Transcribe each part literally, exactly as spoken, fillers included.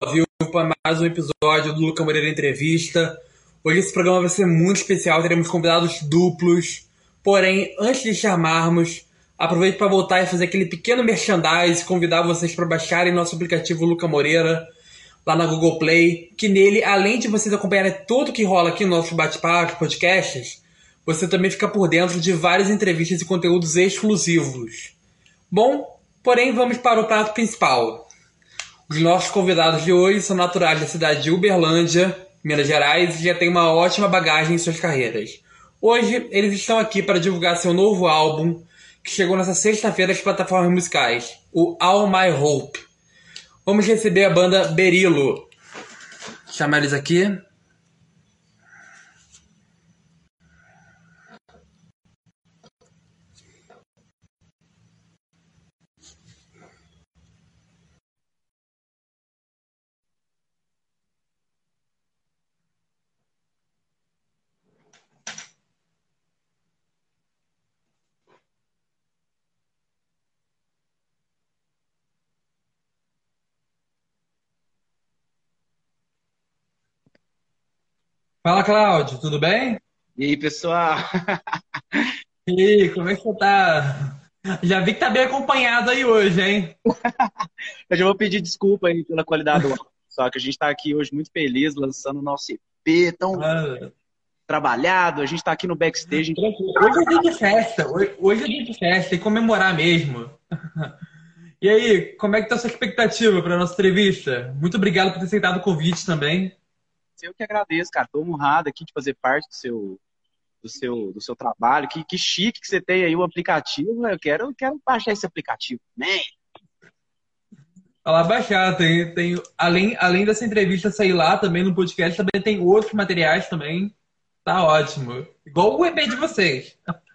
vivo para mais um episódio do Luca Moreira Entrevista. Hoje esse programa vai ser muito especial, teremos convidados duplos. Porém, antes de chamarmos, aproveito para voltar e fazer aquele pequeno merchandise, convidar vocês para baixarem nosso aplicativo Luca Moreira, lá na Google Play, que nele, além de vocês acompanharem tudo que rola aqui no nosso bate-papo, podcasts, você também fica por dentro de várias entrevistas e conteúdos exclusivos. Bom, porém, vamos para o prato principal. Os nossos convidados de hoje são naturais da cidade de Uberlândia, Minas Gerais, e já têm uma ótima bagagem em suas carreiras. Hoje, eles estão aqui para divulgar seu novo álbum, que chegou nessa sexta-feira às plataformas musicais, o All My Hope. Vamos receber a banda Berilo. Vou chamar eles aqui. Fala, Cláudio, tudo bem? E aí, pessoal? E aí, como é que você tá? Já vi que tá bem acompanhado aí hoje, hein? Eu já vou pedir desculpa aí pela qualidade do áudio, só que a gente está aqui hoje muito feliz, lançando o nosso E P tão Ah, trabalhado. A gente está aqui no backstage. tranquilo. Hoje é dia de festa. Hoje hoje é dia de festa, tem que comemorar mesmo. E aí, como é que tá a sua expectativa para a nossa entrevista? Muito obrigado por ter aceitado o convite também. Eu que agradeço, cara. Estou honrado aqui de fazer parte do seu, do seu, do seu trabalho. Que, que chique que você tem aí o aplicativo. Eu quero, eu quero baixar esse aplicativo, né? Falar baixar, tem, tem além, além dessa entrevista sair lá também no podcast, também tem outros materiais também. Tá ótimo. Igual o E P de vocês.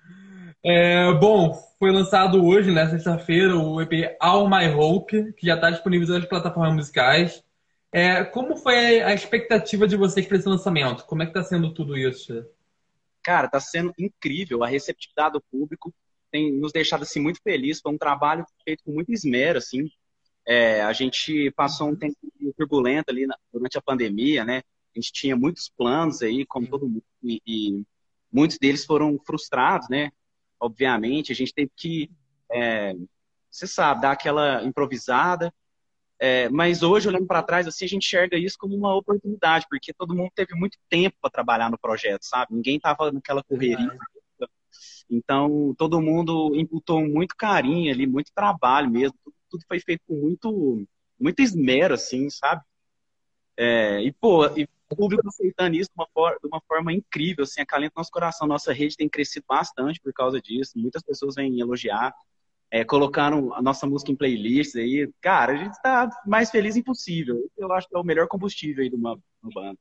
É, bom, foi lançado hoje, né, sexta-feira, o E P All My Hope, que já está disponível nas plataformas musicais. É, como foi a expectativa de vocês para esse lançamento? Como é que está sendo tudo isso? Cara, tá sendo incrível. A receptividade do público tem nos deixado assim muito felizes. Foi um trabalho feito com muito esmero, assim. É, a gente passou um tempo turbulento ali na- durante a pandemia, né? A gente tinha muitos planos aí, como Sim. todo mundo, e, e muitos deles foram frustrados, né? Obviamente, a gente teve que, é, você sabe, dar aquela improvisada. É, mas hoje, olhando para trás, assim, a gente enxerga isso como uma oportunidade, porque todo mundo teve muito tempo para trabalhar no projeto, sabe? Ninguém estava naquela correria. Verdade. Então, todo mundo imputou muito carinho ali, muito trabalho mesmo. Tudo, tudo foi feito com muito, muito esmero, assim, sabe? É, e, pô, e o público aceitando isso de uma, for, de uma forma incrível, assim, acalenta nosso coração. Nossa rede tem crescido bastante por causa disso. Muitas pessoas vêm elogiar, é, colocaram a nossa música em playlists aí. Cara, a gente está mais feliz impossível. Eu acho que é o melhor combustível aí de uma, uma banda.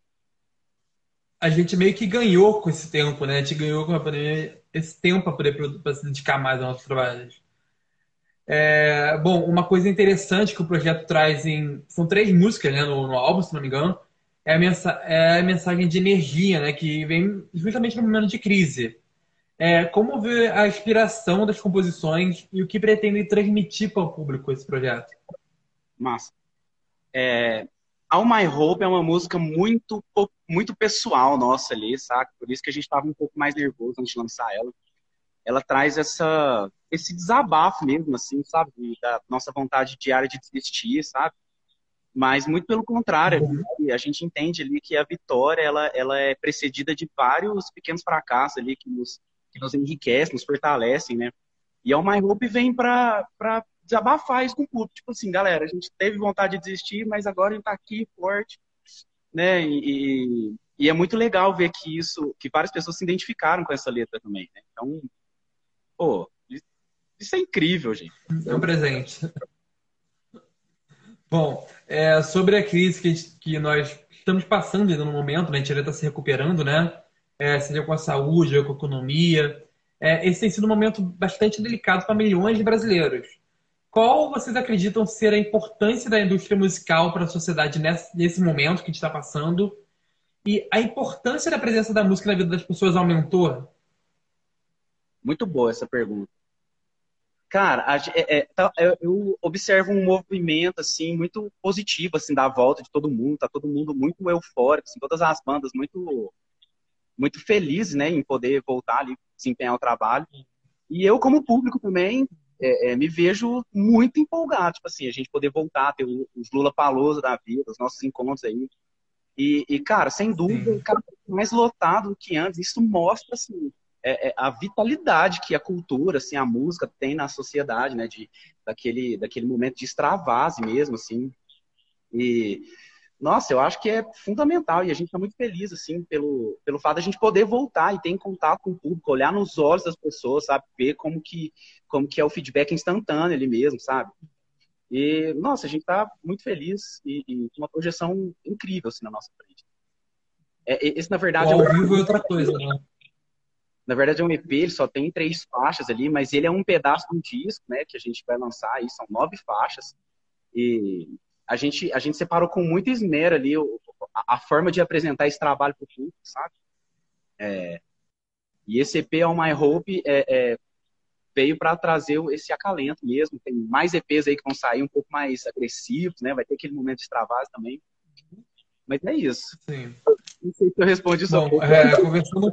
A gente meio que ganhou com esse tempo, né? A gente ganhou com a pandemia esse tempo para poder pra se dedicar mais aos nossos trabalhos. É, bom, uma coisa interessante que o projeto traz em. São três músicas, né, no, no álbum, se não me engano. É a, mensa, é a mensagem de energia, né? Que vem justamente no momento de crise. É, como ver a inspiração das composições e o que pretendem transmitir para o público esse projeto? Massa. É, All My Hope é uma música muito, muito pessoal nossa ali, saca? Por isso que a gente estava um pouco mais nervoso antes de lançar ela. Ela traz essa, esse desabafo mesmo, assim, sabe? Da nossa vontade diária de desistir, sabe? Mas muito pelo contrário, Uhum. a gente entende ali que a vitória, ela, ela é precedida de vários pequenos fracassos ali que nos, que nos enriquecem, nos fortalecem, né? E All My Hope vem para desabafar isso com o público. Tipo assim, galera, a gente teve vontade de desistir, mas agora a gente tá aqui forte, né? E, e, e é muito legal ver que isso, que várias pessoas se identificaram com essa letra também, né? Então, pô, isso é incrível, gente. É um presente. Bom, é, sobre a crise que, a gente- que nós estamos passando ainda no momento, né? A gente ainda está se recuperando, né? É, seja com a saúde, ou com a economia. É, esse tem sido um momento bastante delicado para milhões de brasileiros. Qual vocês acreditam ser a importância da indústria musical para a sociedade nesse, nesse momento que a gente está passando? E a importância da presença da música na vida das pessoas aumentou? Muito boa essa pergunta. Cara, a ge- é- é, tá- eu eu observo um movimento assim muito positivo assim da volta de todo mundo, tá todo mundo muito eufórico, assim, todas as bandas muito muito felizes, né, em poder voltar ali desempenhar o trabalho. E eu como público também é, é, me vejo muito empolgado, tipo assim, a gente poder voltar, ter o- os Lollapalooza da vida, os nossos encontros aí. E, e, cara, sem dúvida, Sim, cada vez mais lotado do que antes. Isso mostra, assim, é- é a vitalidade que a cultura, assim, a música tem na sociedade, né? De, daquele, daquele momento de extravase mesmo, assim. E, nossa, eu acho que é fundamental. E a gente está muito feliz, assim, pelo, pelo fato de a gente poder voltar e ter em contato com o público, olhar nos olhos das pessoas, sabe? Ver como que, como que é o feedback instantâneo ali mesmo, sabe? E, nossa, a gente está muito feliz e, e com uma projeção incrível, assim, na nossa frente. É, esse, na o verdade, é um, ao vivo é outra coisa, né? na verdade, é um E P, ele só tem três faixas ali, mas ele é um pedaço de um disco, né, que a gente vai lançar aí, são nove faixas. E a gente, a gente separou com muito esmero ali o- a, a forma de apresentar esse trabalho para o público, sabe? E esse E P, All My Hope, é, é, veio para trazer esse acalento mesmo. Tem mais E Ps aí que vão sair um pouco mais agressivos, né? Vai ter aquele momento de extravase também. Mas é isso. Sim. Não sei se eu respondi sua Bom, pergunta. é, conversando,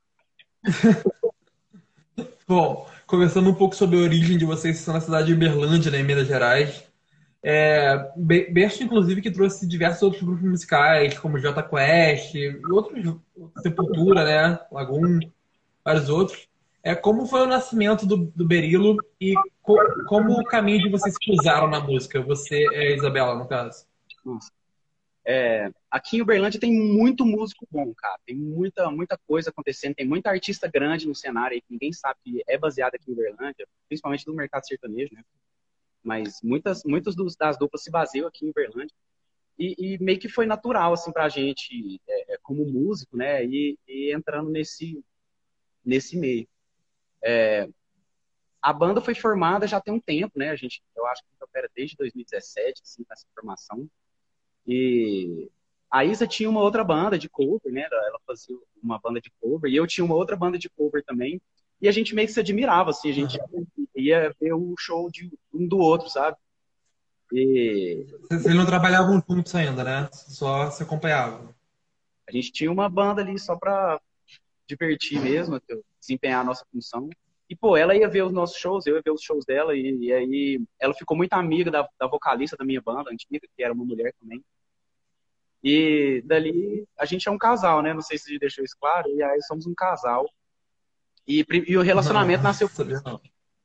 bom, conversando um pouco sobre a origem de vocês, que são na cidade de Uberlândia, né, em Minas Gerais. É, Be- Berço, inclusive, que trouxe diversos outros grupos musicais, como Jota Quest, e outros, Sepultura, né, Lagoon, vários outros. É, como foi o nascimento do, do Berilo e co- como o caminho de vocês se cruzaram na música? Você e a Isabela, no caso. Nossa. Aqui em Uberlândia tem muito músico bom, cara. Tem muita, muita coisa acontecendo. Tem muita artista grande no cenário aí que ninguém sabe que é baseado aqui em Uberlândia, principalmente do mercado sertanejo, né? Mas muitas, muitas dos, das duplas se baseiam aqui em Uberlândia. E, e meio que foi natural, assim, pra gente, é, é, como músico, né? E, e entrando nesse, nesse meio. A banda foi formada já tem um tempo, né? A gente, eu acho que a gente opera desde dois mil e dezessete, assim, nessa formação. E a Isa tinha uma outra banda de cover, né? Ela fazia uma banda de cover, e eu tinha uma outra banda de cover também. E a gente meio que se admirava, assim, a gente ia ver o show de um do outro, sabe? E Vocês não trabalhavam juntos ainda, né? Só se acompanhavam. a gente tinha uma banda ali só pra divertir mesmo, desempenhar a nossa função. E, pô, ela ia ver os nossos shows, eu ia ver os shows dela, e, e aí ela ficou muito amiga da, da vocalista da minha banda antiga, que era uma mulher também. E dali a gente é um casal, né? Não sei se deixou isso claro. E aí somos um casal. E, pri- e o Não, relacionamento nasceu. sabia não.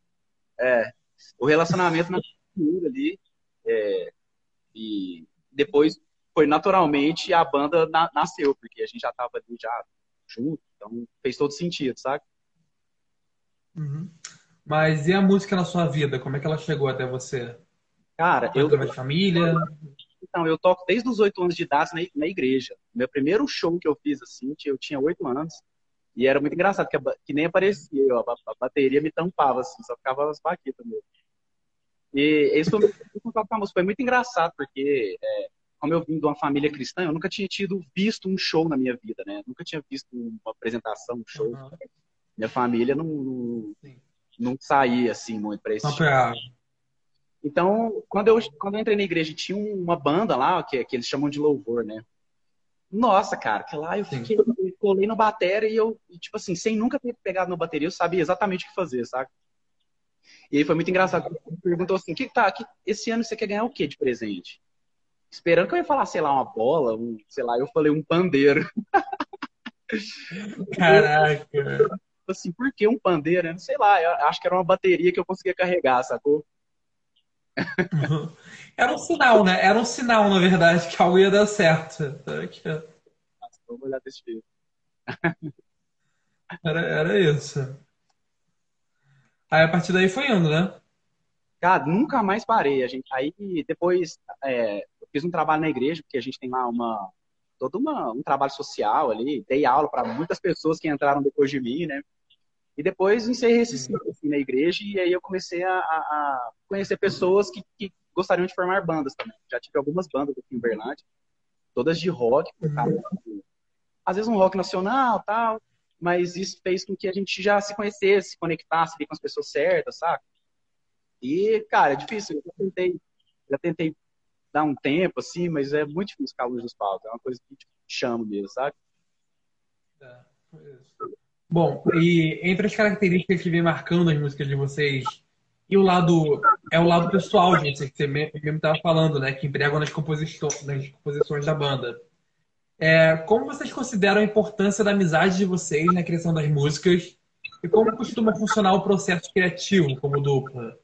O relacionamento nasceu primeiro ali. é, e depois foi naturalmente a banda na- nasceu, porque a gente já tava ali já junto. Então fez todo sentido, sabe? Uhum. Mas e a música na sua vida? Como é que ela chegou até você? Cara, Foi eu, através de família? então, eu toco desde os oito anos de idade na, na igreja. Meu primeiro show que eu fiz assim, eu tinha oito anos. E era muito engraçado, que, a ba- que nem aparecia, eu, a, a bateria me tampava, assim, só ficava as baquetas mesmo. E esse foi o meu primeiro contato com a música. Foi muito engraçado, porque, é, como eu vim de uma família cristã, eu nunca tinha tido visto um show na minha vida, né? Nunca tinha visto uma apresentação, um show. Uhum. Minha família não, não, Sim. não saía, assim, muito para esse Não show. apoiava. Então, quando eu, quando eu entrei na igreja, tinha uma banda lá, que, que eles chamam de louvor, né? Nossa, cara, que lá eu Sim. fiquei, eu colei no batera e eu, e, tipo assim, sem nunca ter pegado no bateria, eu sabia exatamente o que fazer, sabe? E aí foi muito engraçado. Ele perguntou assim: que tá, que, esse ano você quer ganhar o que de presente? Esperando que eu ia falar, sei lá, uma bola, um, sei lá, eu falei um pandeiro. Caraca. Assim, por que um pandeiro? Eu não sei lá, eu acho que era uma bateria que eu conseguia carregar, sacou? Uhum. Era um sinal, né? Era um sinal, na verdade, que algo ia dar certo. Vamos olhar desse jeito. Era, era isso. Aí a partir daí foi indo, né? Cara, nunca mais parei. A gente, aí depois é, eu fiz um trabalho na igreja, porque a gente tem lá uma todo uma, um trabalho social ali, dei aula para muitas pessoas que entraram depois de mim, né? E depois encerrei esse Sim. ciclo assim, na igreja e aí eu comecei a, a- a conhecer pessoas que, que gostariam de formar bandas também. Já tive algumas bandas aqui em Uberlândia, todas de rock, por causa Uhum. do- às vezes um rock nacional, tal, mas isso fez com que a gente já se conhecesse, se conectasse ali com as pessoas certas, sabe? E, cara, é difícil. Eu já tentei, já tentei dar um tempo, assim, mas é muito difícil ficar longe dos palcos. É uma coisa que te chama mesmo, sabe? É, foi isso. Bom, e entre as características que vem marcando as músicas de vocês, e o lado, é o lado pessoal de vocês, que você me- mesmo estava falando, né? Que empregam nas composições, nas composições da banda. É, como vocês consideram a importância da amizade de vocês na criação das músicas? E como costuma funcionar o processo criativo como dupla?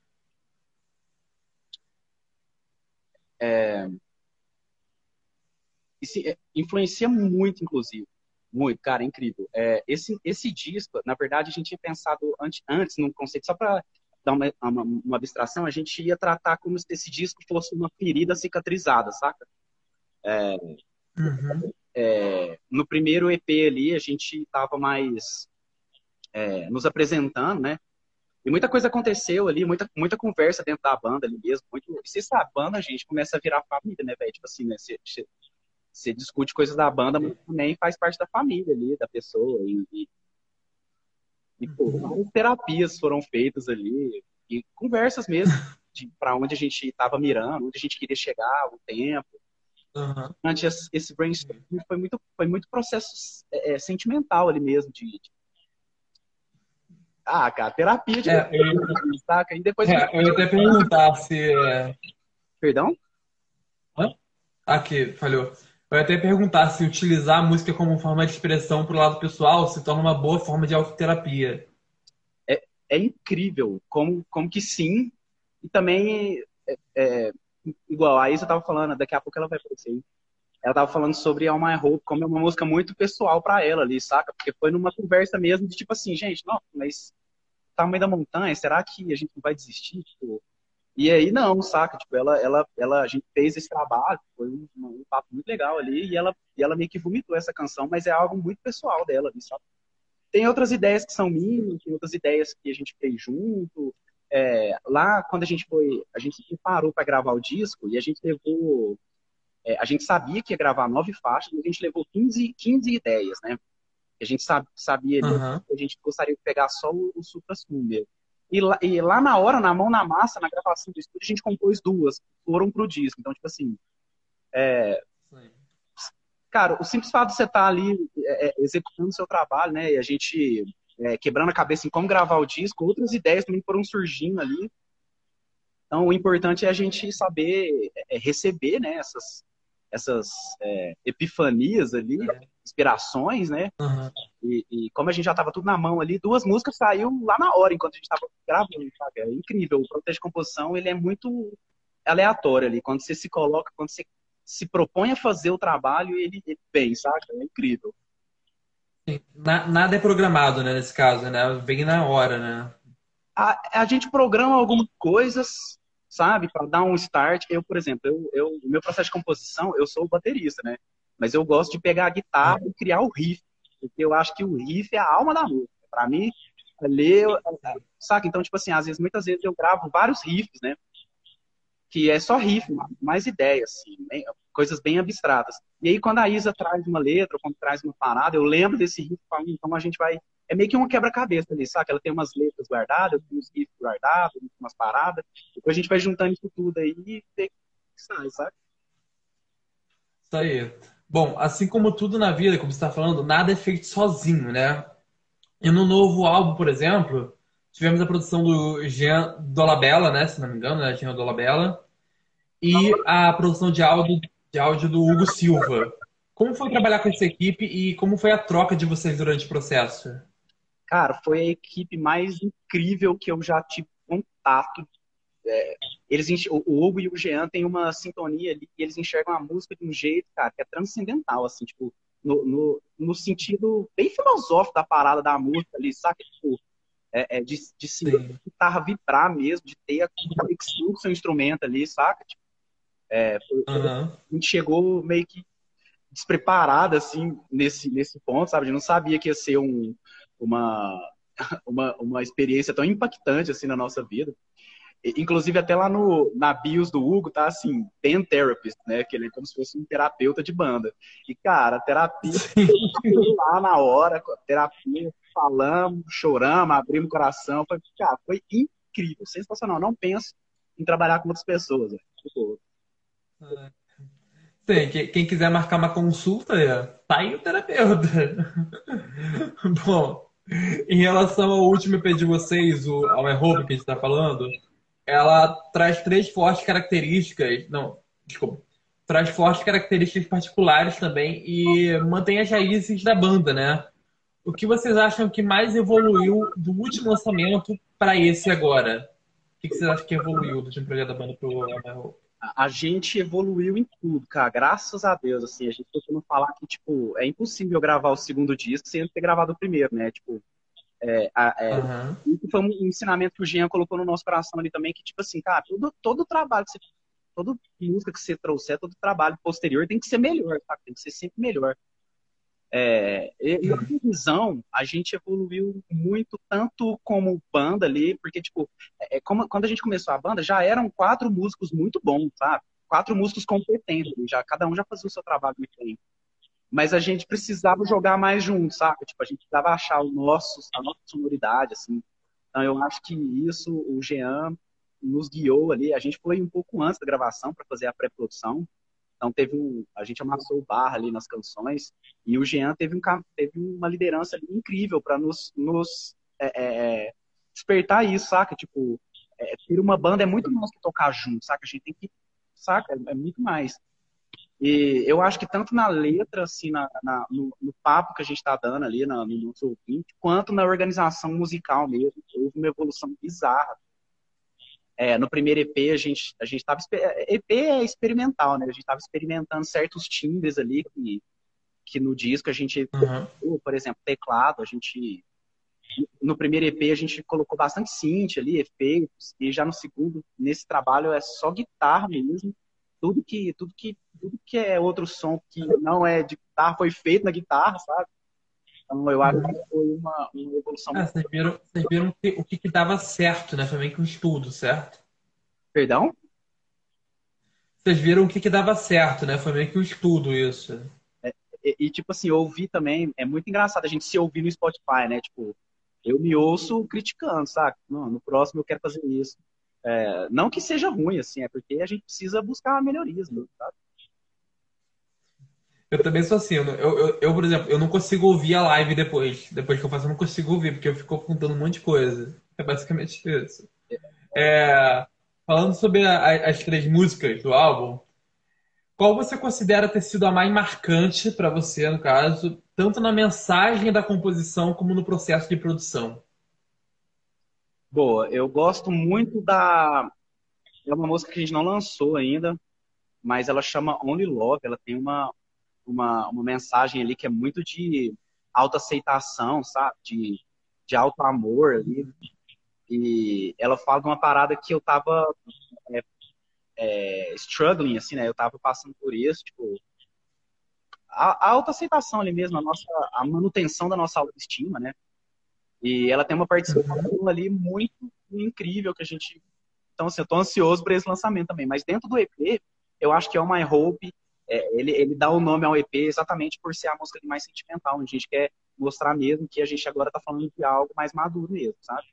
E se, é, influencia muito, inclusive. Muito, cara, é incrível. É, esse, esse disco, na verdade, a gente tinha pensado antes, antes num conceito, só para dar uma, uma, uma abstração, a gente ia tratar como se esse disco fosse uma ferida cicatrizada, saca? Uhum. É, no primeiro E P ali, a gente estava mais é, nos apresentando, né? E muita coisa aconteceu ali, muita, muita conversa dentro da banda ali mesmo. Muito, e você sabe, a banda, a gente começa a virar família, né, velho? Tipo assim, né? Você, você, você discute coisas da banda, mas também faz parte da família ali, da pessoa. E, e, e pô, várias terapias foram feitas ali, e conversas mesmo, de para onde a gente estava mirando, onde a gente queria chegar, o tempo. Uhum. Durante esse brainstorming foi muito, foi muito processo é, é, sentimental ali mesmo, de, de ah, cara, terapia de É, eu, saca? E depois, é, eu ia até perguntar se. perdão? Hã? Aqui, falhou. Eu ia até perguntar se utilizar a música como forma de expressão para o lado pessoal se torna uma boa forma de autoterapia. É, é incrível como, como que sim, e também, é, é, igual a Isa tava falando, daqui a pouco ela vai aparecer aí. Ela tava falando sobre All My Hope, como é uma música muito pessoal pra ela ali, saca? Porque foi numa conversa mesmo de tipo assim, gente, não, mas tamanho da montanha, será que a gente não vai desistir? Tipo, e aí não, saca? Tipo, ela, ela, ela, a gente fez esse trabalho, foi um, um papo muito legal ali, e ela, e ela meio que vomitou essa canção, mas é algo muito pessoal dela ali, sabe? Tem outras ideias que são minhas, tem outras ideias que a gente fez junto. É, lá, quando a gente foi, a gente se preparou para gravar o disco e a gente levou, é, a gente sabia que ia gravar nove faixas, mas a gente levou quinze, quinze ideias, né? A gente sabe, sabia ali, Aham. a gente gostaria de pegar só o, o supra-sumo mesmo. E lá, e lá na hora, na mão na massa, na gravação do estúdio, a gente compôs duas, foram pro disco. Então, tipo assim, Sim. cara, o simples fato de você estar ali é, é, executando o seu trabalho, né? E a gente é, quebrando a cabeça em como gravar o disco, outras ideias também foram surgindo ali. Então, o importante é a gente saber é, receber, né, essas, essas é, epifanias ali, inspirações, né? Aham. E, e como a gente já estava tudo na mão ali, duas músicas saíram lá na hora, enquanto a gente estava gravando, sabe? É incrível. O processo de composição, ele é muito aleatório ali. Quando você se coloca, quando você se propõe a fazer o trabalho, ele, ele vem, saca? É incrível. Na- nada é programado, né, nesse caso, né? Vem na hora, né? A, a gente programa algumas coisas, sabe, para dar um start. Eu, por exemplo, eu, eu, o meu processo de composição, eu sou o baterista, né? Mas eu gosto de pegar a guitarra e criar o riff, porque eu acho que o riff é a alma da música. Para mim, ali, eu, saca? Então, tipo assim, às vezes, muitas vezes eu gravo vários riffs, né? Que é só riff, mais ideias, assim, bem, coisas bem abstratas. E aí, quando a Isa traz uma letra, ou quando traz uma parada, eu lembro desse riff, então a gente vai. É meio que um quebra-cabeça ali, sabe? Ela tem umas letras guardadas, tem uns riffs guardados, umas paradas, depois a gente vai juntando isso tudo aí e vê o que sai, sabe? Isso aí. Bom, assim como tudo na vida, como você está falando, nada é feito sozinho, né? E no novo álbum, por exemplo, tivemos a produção do Jean Dolabella, né? Se não me engano, né? Jean Dolabella. E a produção de áudio, de áudio do Hugo Silva. Como foi trabalhar com essa equipe e como foi a troca de vocês durante o processo? Cara, foi a equipe mais incrível que eu já tive contato. Eles, enx- o o Hugo e o Jean têm uma sintonia ali e eles enxergam a música de um jeito, cara, que é transcendental, assim, tipo, no, no, no sentido bem filosófico da parada da música ali, sabe? Tipo, é, é de, de se Sim. guitarra vibrar mesmo, de ter a conexão com o seu instrumento ali, saca? Tipo, é, foi- foi- Aham. a gente chegou meio que despreparado, assim, nesse, nesse ponto, sabe? A gente não sabia que ia ser um, uma, uma, uma experiência tão impactante, assim, na nossa vida. E, inclusive, até lá no, na bios do Hugo, tá assim, ten therapist, né? Que ele é como se fosse um terapeuta de banda. E, cara, a terapia foi lá na hora, com a terapia, falamos, choramos, abrimos o coração. Foi, cara, foi incrível, sensacional. Não penso em trabalhar com outras pessoas. Velho. Tipo, Sim, que- quem quiser marcar uma consulta, é, tá aí o terapeuta. Bom, em relação ao último E P de vocês, o ao Aerobic que a gente está falando, ela traz três fortes características. Não, desculpa. Traz fortes características particulares também e mantém as raízes da banda, né? O que vocês acham que mais evoluiu do último lançamento para esse agora? O que que vocês acham que evoluiu do último projeto da banda pro Amarro? a, a gente evoluiu em tudo, cara. Graças a Deus, assim. A gente costuma falar que, tipo, é impossível gravar o segundo disco sem ter gravado o primeiro, né? Tipo, é, a- é, Aham. isso foi um ensinamento que o Jean colocou no nosso coração ali também, que, tipo assim, cara, todo, todo trabalho que você, toda música que você trouxer, todo trabalho posterior tem que ser melhor, tá? Tem que ser sempre melhor. É, e, e a minha visão, a gente evoluiu muito, tanto como banda ali, porque, tipo, é, é como, quando a gente começou a banda, já eram quatro músicos muito bons, sabe? Quatro músicos competentes, já, cada um já fazia o seu trabalho muito bem. Mas a gente precisava jogar mais junto, sabe? Tipo, a gente precisava achar o nosso, a nossa sonoridade, assim. Então, eu acho que isso, o Jean nos guiou ali. A gente foi um pouco antes da gravação para fazer a pré-produção. Então, teve um, a gente amassou o bar ali nas canções. E o Jean teve, um, ca- teve uma liderança ali incrível para nos, nos é, é, é, despertar isso, saca? Tipo, é, ter uma banda é muito mais que tocar junto, saca? A gente tem que, saca? É, é muito mais. E eu acho que tanto na letra, assim, na, na- no, no papo que a gente está dando ali na, no nosso ouvinte, quanto na organização musical mesmo, houve uma evolução bizarra. É, no primeiro E P, a gente a gente estava. E P é experimental, né? A gente estava experimentando certos timbres ali que, que no disco a gente, Aham. por exemplo, teclado, a gente. No primeiro E P a gente colocou bastante synth ali, efeitos, e já no segundo, nesse trabalho, é só guitarra mesmo. Tudo que, tudo que, tudo que é outro som que não é de guitarra foi feito na guitarra, sabe? Então eu acho que foi uma, uma evolução Ah, muito. vocês viram, vocês viram o que, o que que dava certo, né? Foi meio que um estudo, certo? Perdão? Vocês viram o que que dava certo, né? Foi meio que um estudo isso. E, e, tipo assim, ouvir também, é muito engraçado a gente se ouvir no Spotify, né? Tipo, eu me ouço criticando, sabe? Não, no próximo eu quero fazer isso. É, não que seja ruim, assim, é porque a gente precisa buscar melhorias, mesmo, sabe? Eu também sou assim. Eu, não- eu, eu, eu, por exemplo, eu não consigo ouvir a live depois. Depois que eu faço, eu não consigo ouvir, porque eu fico apontando um monte de coisa. É basicamente isso. É, falando sobre a- a- as três músicas do álbum, qual você considera ter sido a mais marcante para você, no caso, tanto na mensagem da composição como no processo de produção? Boa, eu gosto muito da. É uma música que a gente não lançou ainda, mas ela chama Only Love. Ela tem uma, uma, uma mensagem ali que é muito de autoaceitação, sabe? De, de auto amor ali. E ela fala de uma parada que eu tava é, struggling, assim, né? Eu tava passando por isso, tipo, a, a autoaceitação ali mesmo, a nossa, a manutenção da nossa autoestima, né? E ela tem uma Uhum. participação ali muito incrível que a gente. Então, assim, eu tô ansioso para esse lançamento também. Mas dentro do E P, eu acho que é o My Hope. É, ele, ele dá o nome ao E P exatamente por ser a música ali mais sentimental, onde a gente quer mostrar mesmo que a gente agora tá falando de algo mais maduro mesmo, sabe?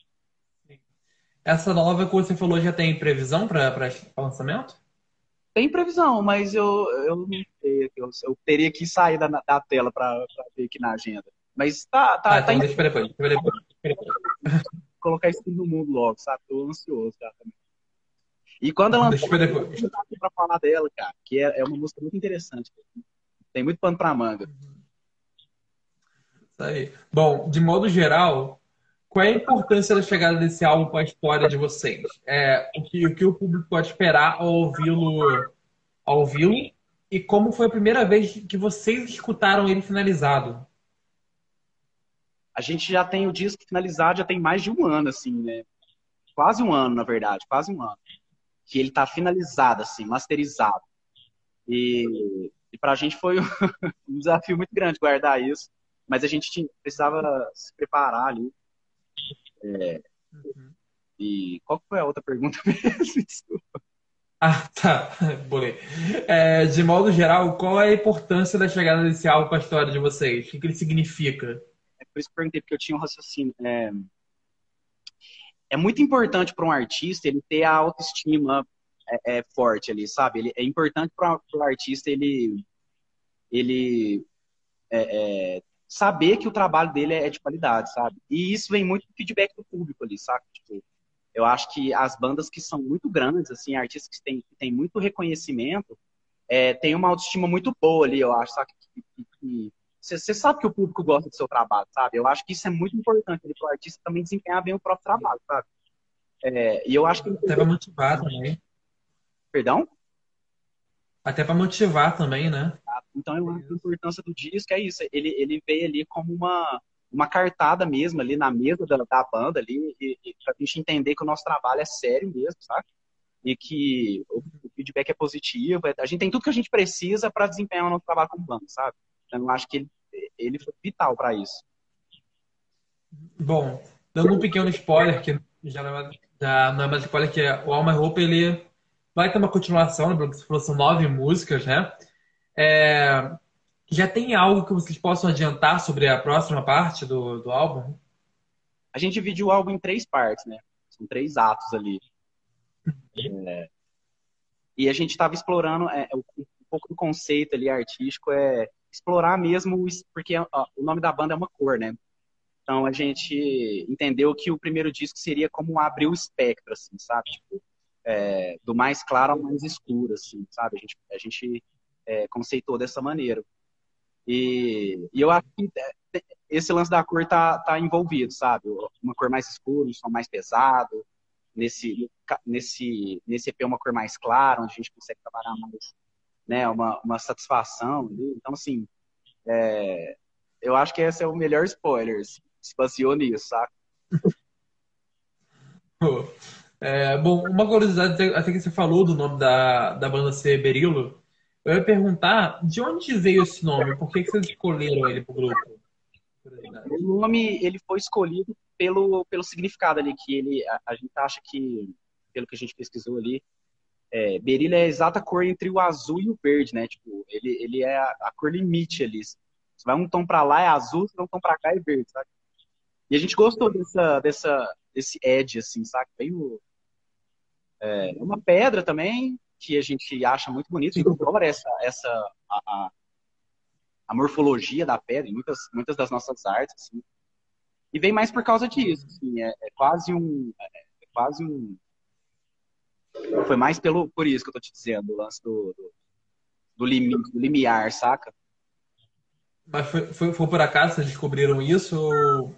Essa nova que você falou já tem previsão para lançamento? Tem previsão, mas eu, eu não sei, eu, eu teria que sair da, da tela para ver aqui na agenda. Mas tá, Tá, tá, tá então em deixa pra depois. Deixa pra depois. Deixa pra depois. colocar isso no mundo logo, sabe? Tô ansioso já também. E quando ela lançar, Deixa pra depois. eu tô aqui pra falar dela, cara, que é, é uma música muito interessante. Tem muito pano pra manga. Isso aí. Bom, de modo geral, qual é a importância da chegada desse álbum para a história de vocês? É, o que, o que o público pode esperar ao ouvi-lo, ao ouvi-lo e como foi a primeira vez que vocês escutaram ele finalizado? A gente já tem o disco finalizado, já tem mais de um ano, assim, né? Quase um ano, na verdade, quase um ano. Que ele tá finalizado, assim, masterizado. E, e pra gente foi um desafio muito grande guardar isso. Mas a gente tinha, precisava se preparar ali. E qual que foi a outra pergunta mesmo? Desculpa. Ah, tá. Bolei. É, de modo geral, qual é a importância da chegada desse álbum para a história de vocês? O que, que ele significa? É por isso que eu perguntei, porque eu tinha um raciocínio. É, é muito importante para um artista ele ter a autoestima é, é, forte ali, sabe? Ele, é importante para o artista ele, ele é, é, saber que o trabalho dele é de qualidade, sabe? E isso vem muito do feedback do público ali, sabe? Tipo, eu acho que as bandas que são muito grandes, assim, artistas que têm, que têm muito reconhecimento, é, tem uma autoestima muito boa ali, eu acho, sabe? Você sabe que o público gosta do seu trabalho, sabe? Eu acho que isso é muito importante para o artista também desempenhar bem o próprio trabalho, sabe? É, e eu acho que... Até pra motivar também. Perdão? Até pra motivar também, né? Então eu acho que a importância do disco é isso. Ele, ele veio ali como uma, uma cartada mesmo ali na mesa da, da banda ali, e, e pra gente entender que o nosso trabalho é sério mesmo, sabe? E que o, o feedback é positivo. A gente tem tudo que a gente precisa para desempenhar o nosso trabalho como banda, sabe? Então eu acho que ele, ele foi vital para isso. Bom, dando um pequeno spoiler, que já não é, já não é mais spoiler, que é o All My Hope, ele vai ter uma continuação, né? Pelo que você falou, são nove músicas, né? É, já tem algo que vocês possam adiantar sobre a próxima parte do, do álbum? A gente dividiu o álbum em três partes, né? São três atos ali. É, e a gente estava explorando é, um, um pouco do conceito ali artístico, é explorar mesmo, porque ó, o nome da banda é uma cor, né? Então a gente entendeu que o primeiro disco seria como abrir o espectro, assim, sabe? Tipo, é, do mais claro ao mais escuro, assim, sabe? A gente, a gente é, conceitou dessa maneira. E, e eu acho que é, esse lance da cor tá, tá envolvido, sabe? Uma cor mais escura, um som mais pesado. Nesse, nesse, nesse E P uma cor mais clara, onde a gente consegue trabalhar mais, né? Uma, uma satisfação ali. Então, assim, é, eu acho que esse é o melhor spoiler, assim, se baseou nisso, sabe? Pô, é, bom, uma curiosidade, até até que você falou do nome da, da banda ser Berilo, eu ia perguntar de onde veio esse nome? Por que que vocês escolheram ele pro grupo? Curiosidade. O nome ele foi escolhido pelo, pelo significado ali, que ele, a, a gente acha que, pelo que a gente pesquisou ali, é, berilo é a exata cor entre o azul e o verde, né? Tipo, ele, ele é a, a cor limite ali. Se vai um tom pra lá é azul, se vai um tom pra cá é verde, sabe? E a gente gostou dessa, dessa, desse edge, assim, sabe? Bem, é uma pedra também, que a gente acha muito bonito, a gente adora essa, essa a, a, a morfologia da pedra em muitas, muitas das nossas artes, assim. E vem mais por causa disso, assim, é, é quase um, é, é quase um, foi mais pelo, por isso que eu tô te dizendo, o lance do, do, do, limite, do limiar, saca? Mas foi, foi, foi por acaso que vocês descobriram isso? Ou...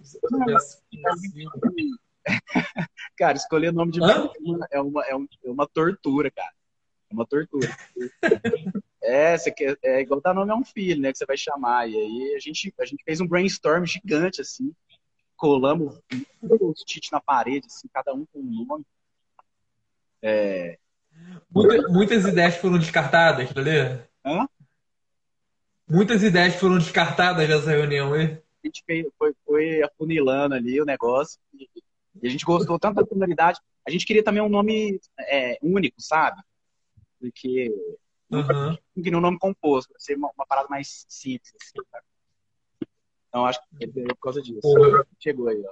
Cara, escolher nome de Hã? banda é uma, é, uma, é uma tortura, cara. É uma tortura. É, você quer, é igual dar nome a um filho, né? Que você vai chamar. E aí a gente, a gente fez um brainstorm gigante, assim. Colamos um post-it na parede, assim, cada um com um nome. É... Muita- muitas ideias foram descartadas, beleza? Hã? Muitas ideias foram descartadas nessa reunião aí. A gente fez, foi, foi afunilando ali o negócio. E, e a gente gostou tanto da tonalidade. A gente queria também um nome é, único, sabe? Porque não Aham. queria um nome composto, pra ser uma, uma parada mais simples, assim, sabe? Então acho que ele veio por causa disso. Pô. Chegou aí, ó.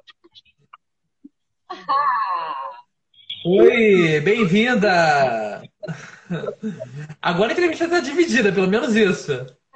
Oi, bem-vinda! Agora a entrevista está dividida, pelo menos isso.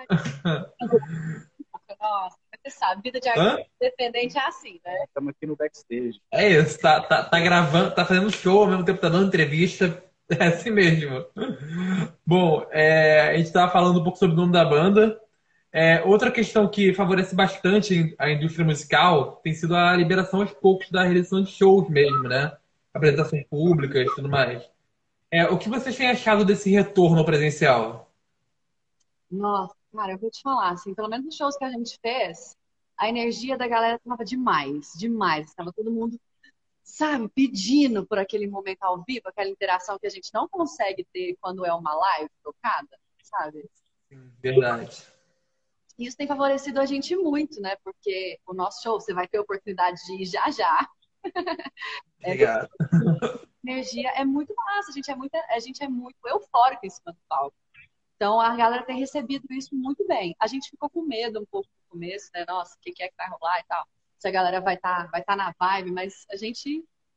Nossa, você sabe, vida de Hã? artista independente é assim, né? Estamos aqui no backstage. É isso, tá, tá, tá gravando, tá fazendo show ao mesmo tempo, tá dando entrevista. É assim mesmo. Bom, é, a gente estava falando um pouco sobre o nome da banda. É, outra questão que favorece bastante a indústria musical tem sido a liberação aos poucos da realização de shows mesmo, né? Apresentações públicas e tudo mais. É, o que vocês têm achado desse retorno ao presencial? Nossa, cara, eu vou te falar, assim, pelo menos nos shows que a gente fez, a energia da galera tava demais, demais. Tava todo mundo, sabe, pedindo por aquele momento ao vivo, aquela interação que a gente não consegue ter quando é uma live tocada, sabe? Verdade. E isso tem favorecido a gente muito, né? Porque o nosso show, você vai ter a oportunidade de ir já já. É, Obrigado. a energia é muito massa, a gente é muito, a gente é muito eufórico em cima do palco. Então, a galera tem recebido isso muito bem. A gente ficou com medo um pouco no começo, né? Nossa, o que que é que vai rolar e tal. Se a galera vai estar vai tá na vibe, mas a gente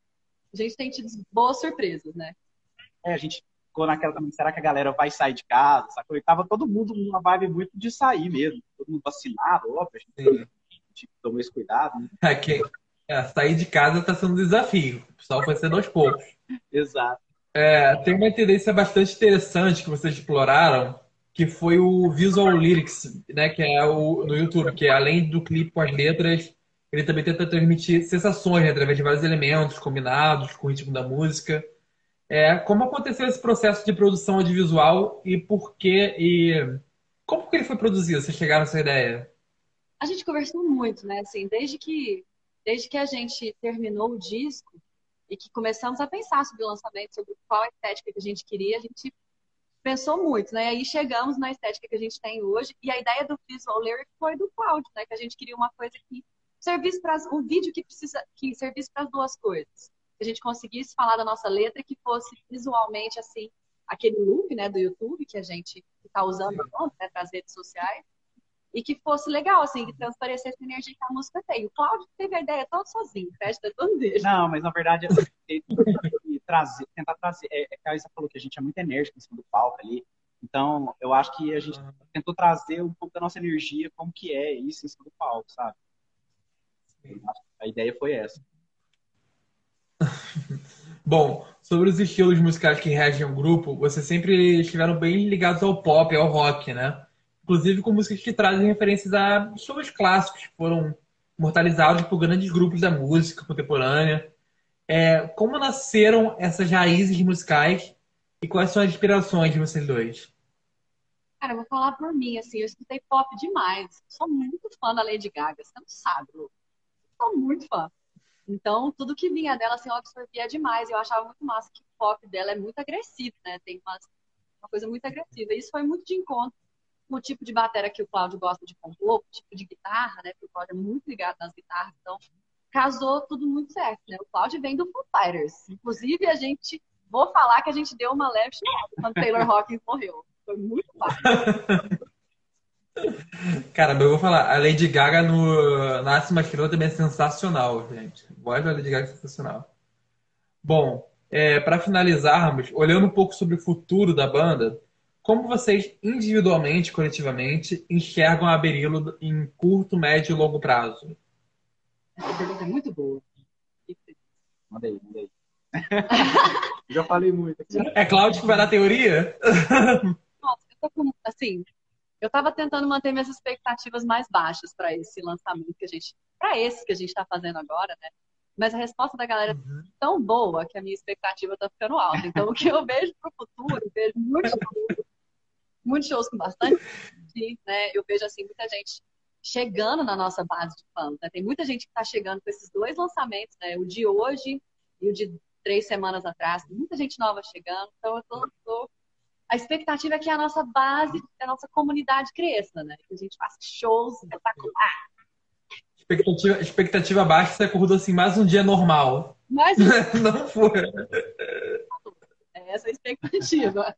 a gente tem tido boas surpresas, né? É, a gente ficou naquela também, será que a galera vai sair de casa, sacou? E tava todo mundo numa vibe muito de sair mesmo, todo mundo vacinado, óbvio, a gente, a gente tomou esse cuidado, né? Aqui, é, sair de casa está sendo um desafio. O pessoal foi sendo aos poucos. Exato. É, tem uma tendência bastante interessante que vocês exploraram, que foi o Visual Lyrics, né, que é o no YouTube, que é, além do clipe com as letras, ele também tenta transmitir sensações, né, através de vários elementos combinados com o ritmo da música. É, como aconteceu esse processo de produção audiovisual e por que e como que ele foi produzido? Vocês chegaram a essa ideia? A gente conversou muito, né? Assim, desde que, desde que a gente terminou o disco e que começamos a pensar sobre o lançamento, sobre qual estética que a gente queria, a gente pensou muito, né? E aí chegamos na estética que a gente tem hoje. E a ideia do Visual Lyric foi do Cláudio, né? Que a gente queria uma coisa que servisse para um vídeo que precisa que servisse para as duas coisas. Que a gente conseguisse falar da nossa letra que fosse visualmente assim aquele look, né, do YouTube que a gente está usando, né, para as redes sociais. E que fosse legal, assim, que transparecesse a energia que a música tem. O Cláudio teve a ideia toda sozinho, o crédito é todo dele. Não, mas na verdade, assim, trazer, tentar trazer. É, é que a Isa falou que a gente é muito enérgico em cima do palco ali. Então, eu acho que a gente tentou trazer um pouco da nossa energia, como que é isso em cima do palco, sabe? A ideia foi essa. Bom, sobre os estilos musicais que regem o grupo, vocês sempre estiveram bem ligados ao pop, ao rock, né? Inclusive com músicas que trazem referências a estilos clássicos, que foram imortalizados por grandes grupos da música contemporânea. É, como nasceram essas raízes musicais e quais são as inspirações de vocês dois? Cara, eu vou falar por mim, assim, eu escutei pop demais. Sou muito fã da Lady Gaga, você não sabe, Lu. Sou muito fã. Então, tudo que vinha dela, assim, eu absorvia demais. Eu achava muito massa que o pop dela é muito agressivo, né? Tem uma, uma coisa muito agressiva. E isso foi muito de encontro com o tipo de bateria que o Cláudio gosta de compor, o tipo de guitarra, né? Porque o Cláudio é muito ligado nas guitarras. Então, casou tudo muito certo, né? O Cláudio vem do Foo Fighters. Inclusive, a gente... Vou falar que a gente deu uma leve chorada quando Taylor Hawkins morreu. Foi muito fácil. Cara, eu vou falar, a Lady Gaga no Nasce Uma Estrela também é sensacional, gente. A voz da Lady Gaga é sensacional. Bom, é, para finalizarmos, olhando um pouco sobre o futuro da banda, como vocês individualmente, coletivamente, enxergam a Berilo em curto, médio e longo prazo? Essa pergunta é muito boa. Manda aí, manda aí. Já falei muito aqui. É Cláudio que vai dar teoria? Nossa, eu tô com, assim, eu tava tentando manter minhas expectativas mais baixas para esse lançamento que a gente, para esse que a gente está fazendo agora, né? Mas a resposta da galera é tão boa que a minha expectativa tá ficando alta. Então, o que eu vejo pro futuro, eu vejo muitos shows, muitos shows com bastante gente, né? Eu vejo, assim, muita gente chegando na nossa base de fãs, né? Tem muita gente que tá chegando com esses dois lançamentos, né? O de hoje e o de três semanas atrás. Tem muita gente nova chegando. Então, eu tô, tô... A expectativa é que a nossa base, a nossa comunidade cresça, né? Que a gente faça shows espetaculares. Expectativa, expectativa baixa, você acordou assim, mais um dia normal. Mas não foi. É essa a expectativa.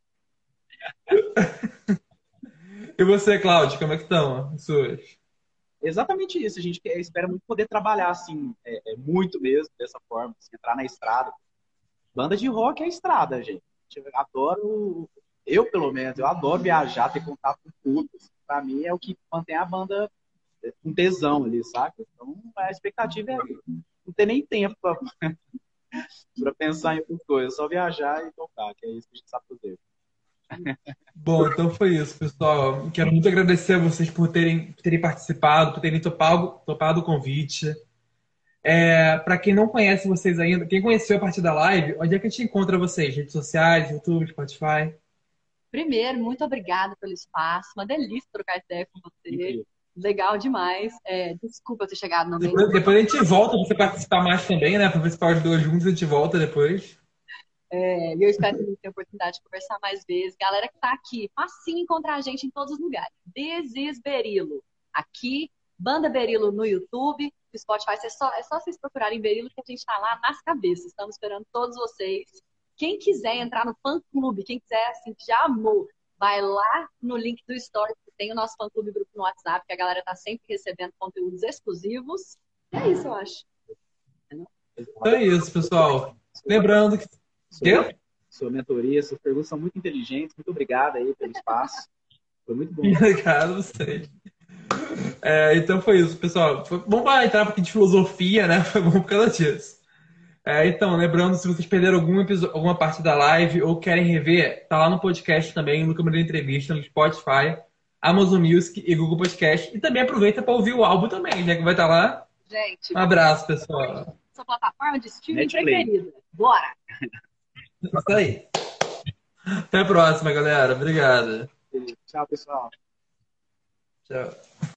E você, Cláudio, como é que estão as suas? Exatamente isso. A gente quer- espera muito poder trabalhar assim, é, é, muito mesmo, dessa forma, assim, entrar na estrada. Banda de rock é estrada, gente. Eu adoro, eu pelo menos, eu adoro viajar, ter contato com tudo. Pra mim é o que mantém a banda com tesão ali, saca? Então a expectativa é não ter nem tempo pra, pra pensar em outras coisas, só viajar e tocar, que é isso que a gente sabe fazer. Bom, então foi isso, pessoal. Quero muito agradecer a vocês por terem, por terem participado, por terem topado, topado o convite. É, para quem não conhece vocês ainda, quem conheceu a partir da live, onde é que a gente encontra vocês? Redes sociais, YouTube, Spotify? Primeiro, muito obrigada pelo espaço. Uma delícia trocar ideia com você. Incrível. Legal demais. É, desculpa eu ter chegado no meio. Depois, depois a gente volta para você participar mais também, né? Para participar os dois juntos, a gente volta depois. É, e eu espero que a gente tenha a oportunidade de conversar mais vezes. Galera que tá aqui, facinho encontrar a gente em todos os lugares. This is Berilo. Aqui, Banda Berilo no YouTube, no Spotify. É só, é só vocês procurarem Berilo que a gente tá lá nas cabeças. Estamos esperando todos vocês. Quem quiser entrar no fã-clube, quem quiser, assim, que já amou, vai lá no link do Story, que tem o nosso fã-clube grupo no WhatsApp, que a galera tá sempre recebendo conteúdos exclusivos. É isso, eu acho. Então é isso, pessoal. Lembrando que... Sua, Quê? sua mentoria, suas perguntas são muito inteligentes. Muito obrigado aí pelo espaço. Foi muito bom. Obrigado a vocês. É, então foi isso, pessoal. Foi bom para entrar um pouquinho de filosofia, né? Foi bom por causa disso. É, então, lembrando, se vocês perderam algum episódio, alguma parte da live ou querem rever, tá lá no podcast também, no Câmara de Entrevista, no Spotify, Amazon Music e Google Podcast. E também aproveita para ouvir o álbum também, já que vai estar lá. Gente, Um abraço, pessoal. sua plataforma de streaming Netplay. preferida. Bora! Isso aí. Até a próxima, galera. Obrigado. Tchau, pessoal. Tchau.